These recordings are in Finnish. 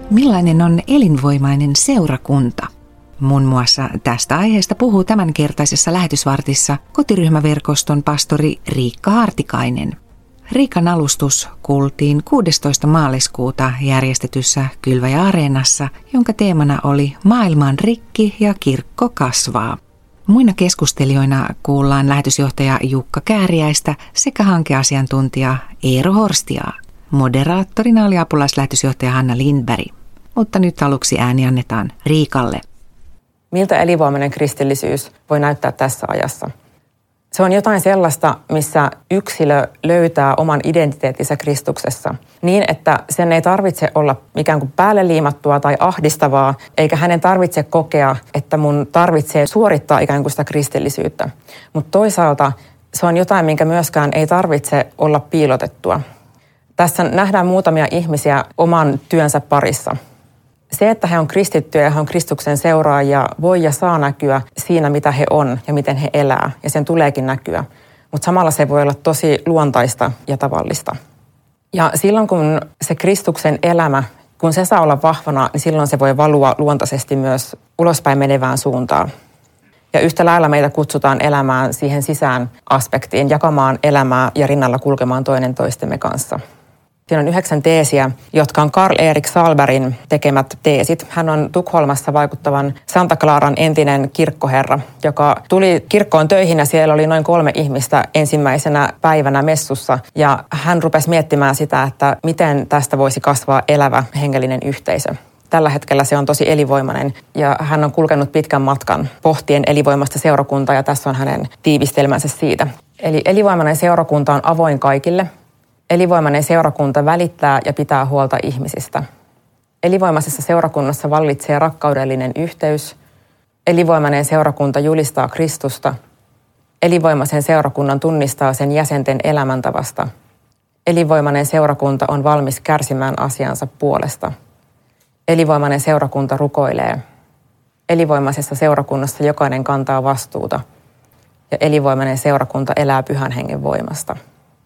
Millainen on elinvoimainen seurakunta? Muun muassa tästä aiheesta puhuu tämänkertaisessa lähetysvartissa kotiryhmäverkoston pastori Riikka Hartikainen. Riikan alustus kuultiin 16. maaliskuuta järjestetyssä Kylväjä-areenassa, jonka teemana oli Maailman rikki ja kirkko kasvaa. Muina keskustelijoina kuullaan lähetysjohtaja Jukka Kääriäistä sekä hankeasiantuntija Eero Horstiaa. Moderaattorina oli apulaislähetysjohtaja Hanna Lindberg. Mutta nyt aluksi ääni annetaan Riikalle. Miltä elinvoimainen kristillisyys voi näyttää tässä ajassa? Se on jotain sellaista, missä yksilö löytää oman identiteettinsä Kristuksessa niin, että sen ei tarvitse olla ikään kuin päälle liimattua tai ahdistavaa, eikä hänen tarvitse kokea, että mun tarvitsee suorittaa ikään kuin sitä kristillisyyttä. Mutta toisaalta se on jotain, minkä myöskään ei tarvitse olla piilotettua. Tässä nähdään muutamia ihmisiä oman työnsä parissa. Se, että he on kristittyjä ja he on Kristuksen seuraajia, voi ja saa näkyä siinä, mitä he on ja miten he elää. Ja sen tuleekin näkyä. Mutta samalla se voi olla tosi luontaista ja tavallista. Ja silloin, kun se Kristuksen elämä, kun se saa olla vahvana, niin silloin se voi valua luontaisesti myös ulospäin menevään suuntaan. Ja yhtä lailla meitä kutsutaan elämään siihen sisään aspektiin, jakamaan elämää ja rinnalla kulkemaan toinen toistemme kanssa. Siinä on 9 teesiä, jotka on Karl-Erik Sahlbergin tekemät teesit. Hän on Tukholmassa vaikuttavan Santa Claran entinen kirkkoherra, joka tuli kirkkoon töihin ja siellä oli noin 3 ihmistä ensimmäisenä päivänä messussa. Ja hän rupesi miettimään sitä, että miten tästä voisi kasvaa elävä hengellinen yhteisö. Tällä hetkellä se on tosi elinvoimainen ja hän on kulkenut pitkän matkan pohtien elinvoimasta seurakuntaa ja tässä on hänen tiivistelmänsä siitä. Eli elinvoimainen seurakunta on avoin kaikille. Elinvoimainen seurakunta välittää ja pitää huolta ihmisistä. Elinvoimaisessa seurakunnassa vallitsee rakkaudellinen yhteys. Elinvoimainen seurakunta julistaa Kristusta. Elinvoimaisen seurakunnan tunnistaa sen jäsenten elämäntavasta. Elinvoimainen seurakunta on valmis kärsimään asiansa puolesta. Elinvoimainen seurakunta rukoilee. Elinvoimaisessa seurakunnassa jokainen kantaa vastuuta. Ja elinvoimainen seurakunta elää Pyhän Hengen voimasta.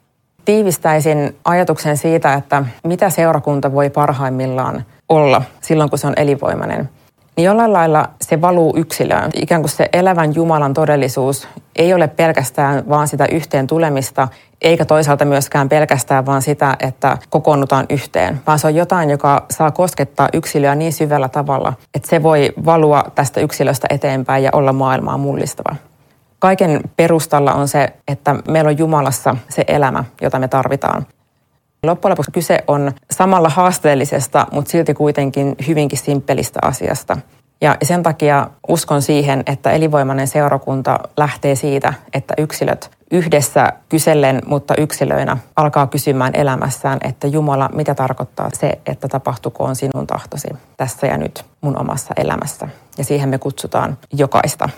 Tiivistäisin ajatuksen siitä, että mitä seurakunta voi parhaimmillaan olla silloin, kun se on elinvoimainen. Niin jollain lailla se valuu yksilöön. Ikään kuin se elävän Jumalan todellisuus ei ole pelkästään vaan sitä yhteen tulemista, eikä toisaalta myöskään pelkästään vaan sitä, että kokoonnutaan yhteen. Vaan se on jotain, joka saa koskettaa yksilöä niin syvällä tavalla, että se voi valua tästä yksilöstä eteenpäin ja olla maailmaa mullistava. Kaiken perustalla on se, että meillä on Jumalassa se elämä, jota me tarvitaan. Loppujen lopuksi kyse on samalla haasteellisesta, mutta silti kuitenkin hyvinkin simppelistä asiasta. Ja sen takia uskon siihen, että elinvoimainen seurakunta lähtee siitä, että yksilöt yhdessä kysellen, mutta yksilöinä alkaa kysymään elämässään, että Jumala, mitä tarkoittaa se, että tapahtukoon sinun tahtosi tässä ja nyt mun omassa elämässä. Ja siihen me kutsutaan jokaista.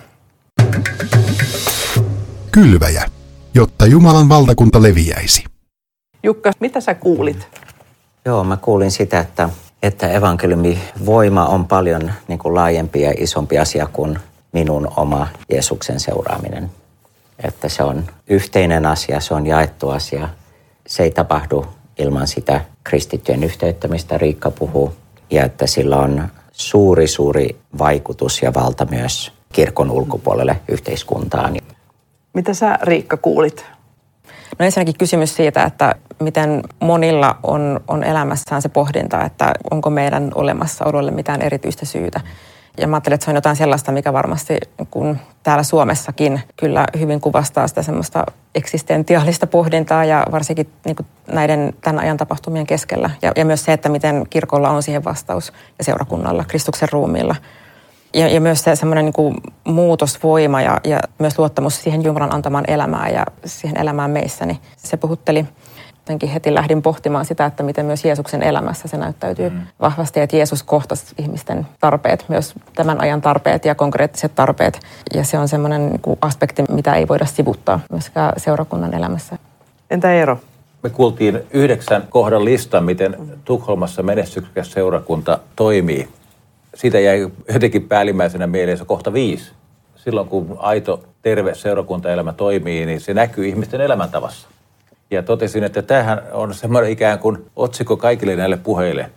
Kylväjä, jotta Jumalan valtakunta leviäisi. Jukka, mitä sä kuulit? Joo, mä kuulin sitä, että evankeliumin voima on paljon niin kuin laajempi ja isompi asia kuin minun oma Jeesuksen seuraaminen. Että se on yhteinen asia, se on jaettu asia. Se ei tapahdu ilman sitä kristittyjen yhteyttä, mistä Riikka puhuu. Ja että sillä on suuri vaikutus ja valta myös kirkon ulkopuolelle yhteiskuntaan. Mitä sä, Riikka, kuulit? No ensinnäkin kysymys siitä, että miten monilla on elämässään se pohdinta, että onko meidän olemassaololle mitään erityistä syytä. Ja mä ajattelen, että se on jotain sellaista, mikä varmasti kun täällä Suomessakin kyllä hyvin kuvastaa sitä semmoista eksistentiaalista pohdintaa ja varsinkin niin kuin näiden tämän ajan tapahtumien keskellä. Ja myös se, että miten kirkolla on siihen vastaus ja seurakunnalla, Kristuksen ruumiilla. Ja myös se semmoinen niin kuin muutosvoima ja myös luottamus siihen Jumalan antamaan elämään ja siihen elämään meissä, niin se puhutteli. Jotenkin heti lähdin pohtimaan sitä, että miten myös Jeesuksen elämässä se näyttäytyy vahvasti, että Jeesus kohtasi ihmisten tarpeet, myös tämän ajan tarpeet ja konkreettiset tarpeet. Ja se on semmoinen niin kuin aspekti, mitä ei voida sivuttaa myöskään seurakunnan elämässä. Entä Eero? Me kuultiin 9 kohdan listan, miten Tukholmassa menestyksekäs seurakunta toimii. Siitä jäi jotenkin päällimmäisenä mieleen se kohta 5. Silloin kun aito, terve seurakuntaelämä toimii, niin se näkyy ihmisten elämäntavassa. Ja totesin, että tämähän on semmoinen ikään kuin otsikko kaikille näille puheille,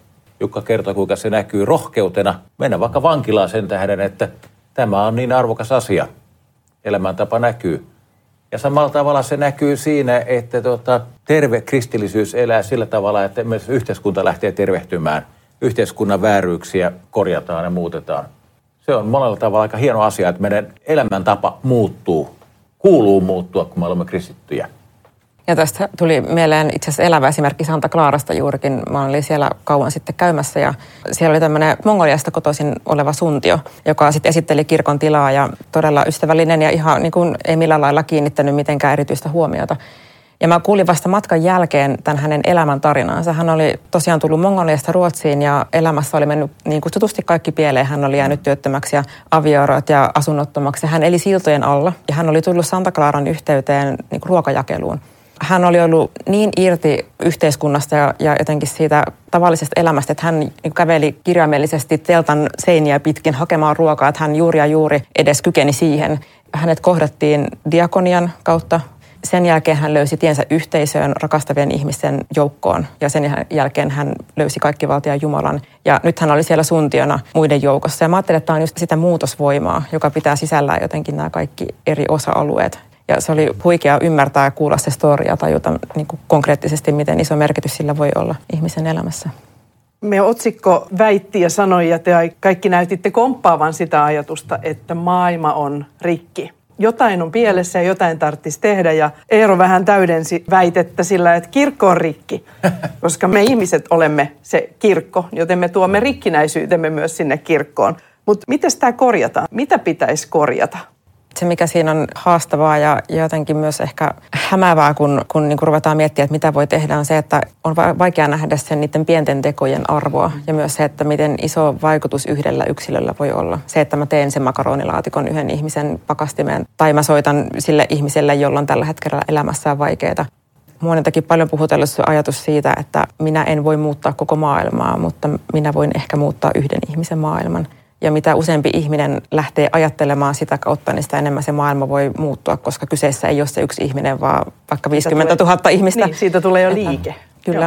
Jukka kertoi, kuinka se näkyy rohkeutena mennä vaikka vankilaan sen tähden, että tämä on niin arvokas asia. Elämäntapa näkyy. Ja samalla tavalla se näkyy siinä, että terve kristillisyys elää sillä tavalla, että myös yhteiskunta lähtee tervehtymään. Yhteiskunnan vääryyksiä korjataan ja muutetaan. Se on monella tavalla aika hieno asia, että meidän elämäntapa muuttuu. Kuuluu muuttua, kun me olemme kristittyjä. Ja tästä tuli mieleen itse asiassa elävä esimerkki Santa Clarasta juurikin. Mä olin siellä kauan sitten käymässä ja siellä oli tämmöinen Mongoliasta kotoisin oleva suntio, joka sitten esitteli kirkon tilaa ja todella ystävällinen ja ihan niin kuin ei millään lailla kiinnittänyt mitenkään erityistä huomiota. Ja mä kuulin vasta matkan jälkeen tämän hänen elämäntarinaansa. Hän oli tosiaan tullut Mongoliasta Ruotsiin ja elämässä oli mennyt niin kutsutusti kaikki pieleen. Hän oli jäänyt työttömäksi ja avioeroat ja asunnottomaksi. Hän eli siltojen alla ja hän oli tullut Santa Claran yhteyteen niin kuin ruokajakeluun. Hän oli ollut niin irti yhteiskunnasta ja jotenkin siitä tavallisesta elämästä, että hän käveli kirjaimellisesti teltan seiniä pitkin hakemaan ruokaa, että hän juuri ja juuri edes kykeni siihen. Hänet kohdattiin diakonian kautta. Sen jälkeen hän löysi tiensä yhteisöön, rakastavien ihmisten joukkoon ja sen jälkeen hän löysi kaikkivaltiaan Jumalan. Ja nyt hän oli siellä suntiona muiden joukossa. Ja mä ajattelin, että tämä on just sitä muutosvoimaa, joka pitää sisällään jotenkin nämä kaikki eri osa-alueet. Ja se oli huikea ymmärtää ja kuulla se story ja tajuta niin kuin konkreettisesti, miten iso merkitys sillä voi olla ihmisen elämässä. Meidän otsikko väitti ja sanoi, ja te kaikki näytitte komppaavan sitä ajatusta, että maailma on rikki. Jotain on pielessä ja jotain tarvitsisi tehdä, ja Eero vähän täydensi väitettä sillä, että kirkko on rikki, koska me ihmiset olemme se kirkko, joten me tuomme rikkinäisyytemme myös sinne kirkkoon. Mutta miten tämä korjataan? Mitä pitäisi korjata? Se, mikä siinä on haastavaa ja jotenkin myös ehkä hämäävää, kun niin kuin ruvetaan miettimään, että mitä voi tehdä, on se, että on vaikea nähdä sen niiden pienten tekojen arvoa. Ja myös se, että miten iso vaikutus yhdellä yksilöllä voi olla. Se, että mä teen sen makaronilaatikon yhden ihmisen pakastimeen tai mä soitan sille ihmiselle, jolla on tällä hetkellä elämässään vaikeaa. Mua on paljon puhutellut se ajatus siitä, että minä en voi muuttaa koko maailmaa, mutta minä voin ehkä muuttaa yhden ihmisen maailman. Ja mitä useampi ihminen lähtee ajattelemaan sitä kautta, niin sitä enemmän se maailma voi muuttua, koska kyseessä ei ole se yksi ihminen, vaan vaikka 50 000 ihmistä. Niin, siitä tulee jo liike. Kyllä.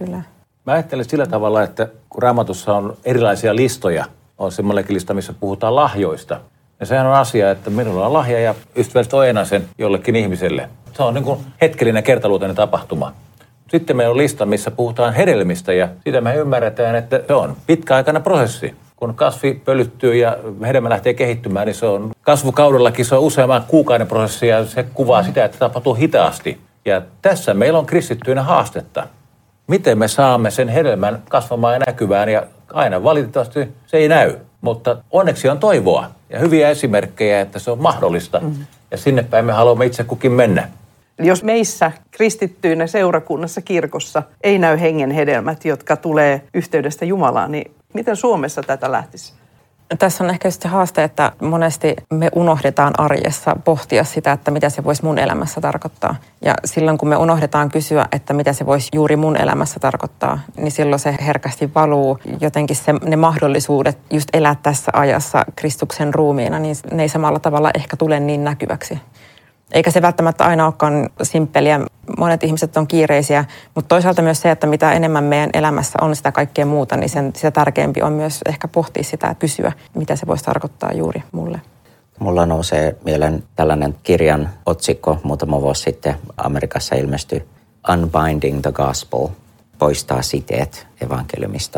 Mä ajattelen sillä tavalla, että kun Raamatussa on erilaisia listoja, on semmoinenkin lista, missä puhutaan lahjoista. Ja sehän on asia, että minulla on lahja ja ystävällisesti ojennan sen jollekin ihmiselle. Se on niin kuin hetkellinen kertaluonteinen tapahtuma. Sitten meillä on lista, missä puhutaan hedelmistä ja siitä me ymmärretään, että se on pitkäaikainen prosessi. Kun kasvi pölyttyy ja hedelmä lähtee kehittymään, niin se on kasvukaudellakin se on useamman kuukauden prosessi ja se kuvaa sitä, että tapahtuu hitaasti. Ja tässä meillä on kristittyinä haastetta. Miten me saamme sen hedelmän kasvamaan ja näkyvään ja aina valitettavasti se ei näy. Mutta onneksi on toivoa ja hyviä esimerkkejä, että se on mahdollista. Ja sinne päin me haluamme itse kukin mennä. Jos meissä kristittyinä seurakunnassa, kirkossa ei näy hengen hedelmät, jotka tulee yhteydestä Jumalaan, niin miten Suomessa tätä lähtisi? Tässä on ehkä just se haaste, että monesti me unohdetaan arjessa pohtia sitä, että mitä se voisi mun elämässä tarkoittaa. Ja silloin kun me unohdetaan kysyä, että mitä se voisi juuri mun elämässä tarkoittaa, niin silloin se herkästi valuu jotenkin ne mahdollisuudet just elää tässä ajassa Kristuksen ruumiina, niin ne ei samalla tavalla ehkä tule niin näkyväksi. Eikä se välttämättä aina olekaan simppeliä. Monet ihmiset on kiireisiä, mutta toisaalta myös se, että mitä enemmän meidän elämässä on sitä kaikkea muuta, niin sitä tärkeämpi on myös ehkä pohtia sitä ja kysyä, mitä se voisi tarkoittaa juuri mulle. Mulla nousee mieleen tällainen kirjan otsikko muutama vuosi sitten Amerikassa ilmestyi Unbinding the Gospel, poistaa siteet evankeliumista.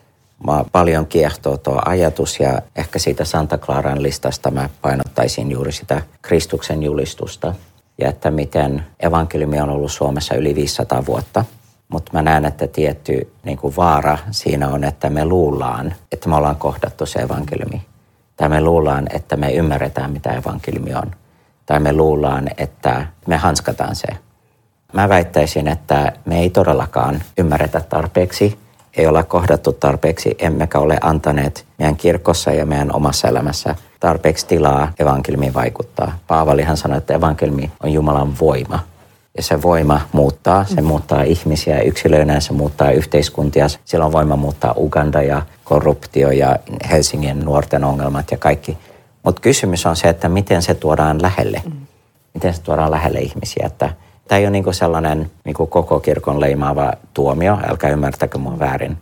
Mä paljon kiehtoo tuo ajatus ja ehkä siitä Santa Claran listasta mä painottaisin juuri sitä Kristuksen julistusta ja että miten evankeliumi on ollut Suomessa yli 500 vuotta. Mutta mä näen, että tietty niin kuin vaara siinä on, että me luullaan, että me ollaan kohdattu se evankeliumi. Tai me luullaan, että me ymmärretään, mitä evankeliumi on. Tai me luullaan, että me hanskataan se. Mä väittäisin, että me ei todellakaan ymmärretä tarpeeksi. Ei olla kohdattu tarpeeksi, emmekä ole antaneet meidän kirkossa ja meidän omassa elämässä tarpeeksi tilaa evankeliumiin vaikuttaa. Paavalihan sanoi, että evankeliumi on Jumalan voima. Ja se voima muuttaa, se muuttaa ihmisiä yksilöinä, se muuttaa yhteiskuntia. Sillä on voima muuttaa Uganda ja korruptio ja Helsingin nuorten ongelmat ja kaikki. Mutta kysymys on se, että miten se tuodaan lähelle. Miten se tuodaan lähelle ihmisiä, että tämä ei ole niinku sellainen niinku koko kirkon leimaava tuomio, älkää ymmärtäkö mua väärin,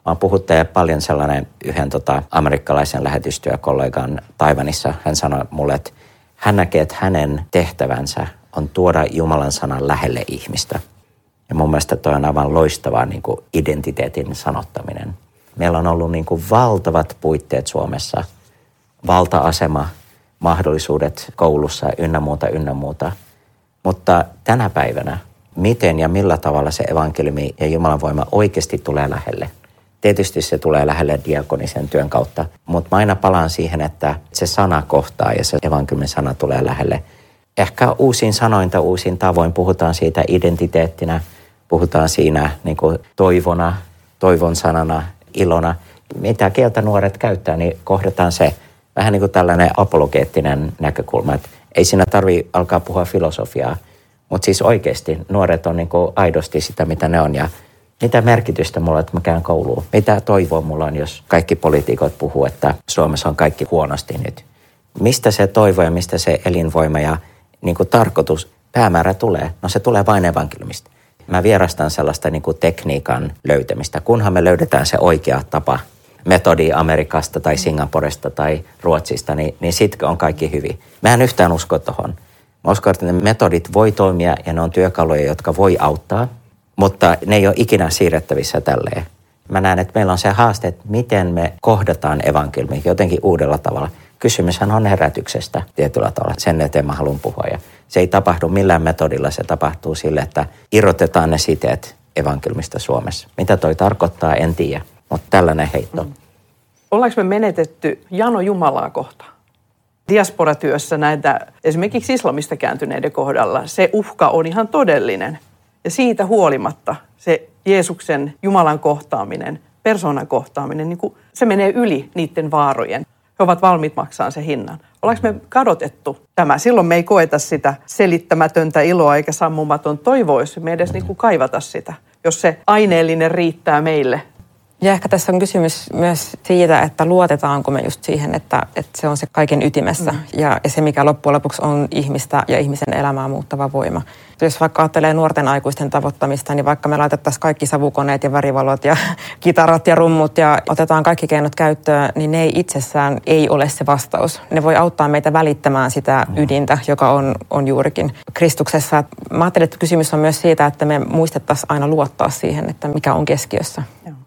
Mä oon puhuttaja paljon sellainen yhden amerikkalaisen lähetystyökollegan Taiwanissa. Hän sanoi mulle, että hän näkee, että hänen tehtävänsä on tuoda Jumalan sanan lähelle ihmistä. Ja mun mielestä toi on aivan loistavaa niin kuin identiteetin sanottaminen. Meillä on ollut niin kuin valtavat puitteet Suomessa, valta-asema, mahdollisuudet koulussa ynnä muuta. Mutta tänä päivänä, miten ja millä tavalla se evankeliumi ja Jumalan voima oikeasti tulee lähelle? Tietysti se tulee lähelle diakonisen työn kautta, mutta mä aina palaan siihen, että se sana kohtaa ja se evankeliumin sana tulee lähelle. Ehkä uusin sanoin tai uusin tavoin puhutaan siitä identiteettinä, puhutaan siinä niin kuin toivona, toivon sanana, ilona. Mitä kieltä nuoret käyttää, niin kohdataan se vähän niin kuin tällainen apologeettinen näkökulma. Että ei siinä tarvitse alkaa puhua filosofiaa, mutta siis oikeasti nuoret on niin kuin aidosti sitä, mitä ne on. Ja mitä merkitystä mulla on, että mä käyn kouluun? Mitä toivoa mulla on, jos kaikki poliitikot puhuu, että Suomessa on kaikki huonosti nyt? Mistä se toivo ja mistä se elinvoima ja niin kuin tarkoitus, päämäärä tulee? No se tulee vain evankeliumista. Mä vierastan sellaista niin kuin tekniikan löytämistä, kunhan me löydetään se oikea tapa, metodi Amerikasta tai Singaporesta tai Ruotsista, niin sitkö on kaikki hyvin. Mä en yhtään usko tohon. Mä uskon, että ne metodit voi toimia ja ne on työkaluja, jotka voi auttaa, mutta ne ei ole ikinä siirrettävissä tälleen. Mä näen, että meillä on se haaste, että miten me kohdataan evankeliumi jotenkin uudella tavalla. Kysymyshän on herätyksestä tietyllä tavalla. Sen eteen mä haluan puhua. Ja se ei tapahdu millään metodilla. Se tapahtuu sille, että irrotetaan ne siteet evankeliumista Suomessa. Mitä toi tarkoittaa, en tiedä. Mutta tällainen heitto. Ollaanko me menetetty jano Jumalaa kohtaan? Diasporatyössä näitä esimerkiksi islamista kääntyneiden kohdalla se uhka on ihan todellinen. Ja siitä huolimatta se Jeesuksen Jumalan kohtaaminen, persoonan kohtaaminen, niin kuin se menee yli niiden vaarojen. He ovat valmiit maksamaan sen hinnan. Ollaanko me kadotettu tämä? Silloin me ei koeta sitä selittämätöntä iloa eikä sammumaton toivoa, jos me edes niin kuin kaivata sitä, jos se aineellinen riittää meille. Ja ehkä tässä on kysymys myös siitä, että luotetaanko me just siihen, että se on se kaiken ytimessä ja se, mikä loppujen lopuksi on ihmistä ja ihmisen elämää muuttava voima. Jos vaikka ajattelee nuorten aikuisten tavoittamista, niin vaikka me laitettaisiin kaikki savukoneet ja värivalot ja kitarat ja rummut ja otetaan kaikki keinot käyttöön, niin ne itsessään ei ole se vastaus. Ne voi auttaa meitä välittämään sitä ydintä, joka on juurikin Kristuksessa. Mä ajattelen, että kysymys on myös siitä, että me muistettaisiin aina luottaa siihen, että mikä on keskiössä.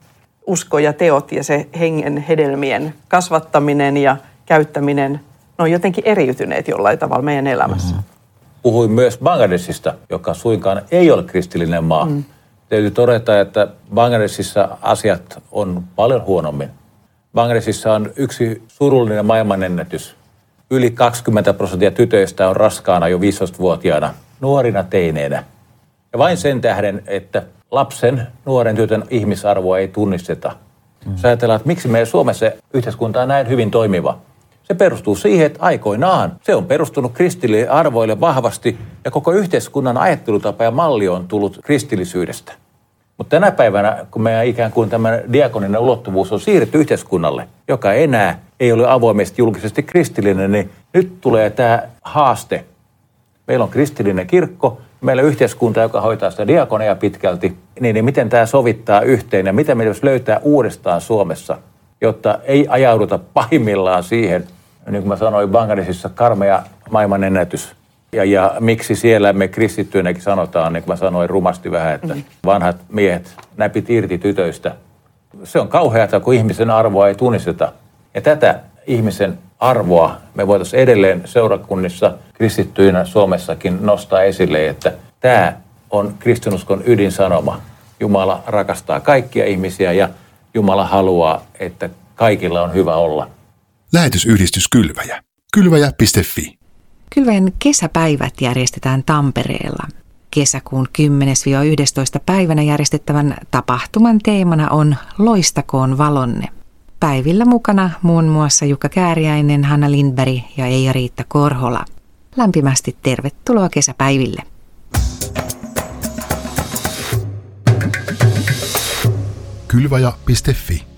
Usko ja teot ja se hengen hedelmien kasvattaminen ja käyttäminen, ne on jotenkin eriytyneet jollain tavalla meidän elämässä. Puhuin myös Bangladesista, joka suinkaan ei ole kristillinen maa. Täytyy todeta, että Bangladesissa asiat on paljon huonommin. Bangladesissa on yksi surullinen maailmanennätys. Yli 20% tytöistä on raskaana jo 15-vuotiaana, nuorina teineinä. Ja vain sen tähden, että lapsen, nuoren tytön ihmisarvoa ei tunnisteta. Jos ajatellaan, että miksi meidän Suomessa yhteiskunta on näin hyvin toimiva. Se perustuu siihen, että aikoinaan se on perustunut kristillisille arvoille vahvasti ja koko yhteiskunnan ajattelutapa ja malli on tullut kristillisyydestä. Mutta tänä päivänä, kun meidän ikään kuin tämä diakoninen ulottuvuus on siirretty yhteiskunnalle, joka enää ei ole avoimesti julkisesti kristillinen, niin nyt tulee tämä haaste. Meillä on kristillinen kirkko, meillä on yhteiskunta, joka hoitaa sitä diakonia pitkälti. Niin miten tämä sovittaa yhteen ja miten me jos löytää uudestaan Suomessa, jotta ei ajauduta pahimmillaan siihen, niin kuin mä sanoin, Bangladesissa karmea maailmanennätys. Ja miksi siellä me kristittyinäkin sanotaan, niin kuin mä sanoin rumasti vähän, että vanhat miehet näpit irti tytöistä. Se on kauheata, kun ihmisen arvoa ei tunnisteta. Ja tätä ihmisen arvoa me voitaisiin edelleen seurakunnissa kristittyinä Suomessakin nostaa esille, että tämä on kristinuskon ydinsanoma. Jumala rakastaa kaikkia ihmisiä ja Jumala haluaa, että kaikilla on hyvä olla. Lähetysyhdistys Kylväjä. Kylväjä.fi. Kylväjän kesäpäivät järjestetään Tampereella. Kesäkuun 10-11 päivänä järjestettävän tapahtuman teemana on Loistakoon valonne. Päivillä mukana muun muassa Jukka Kääriäinen, Hanna Lindberg ja Eija-Riitta Korhola. Lämpimästi tervetuloa kesäpäiville. Kylväjä.fi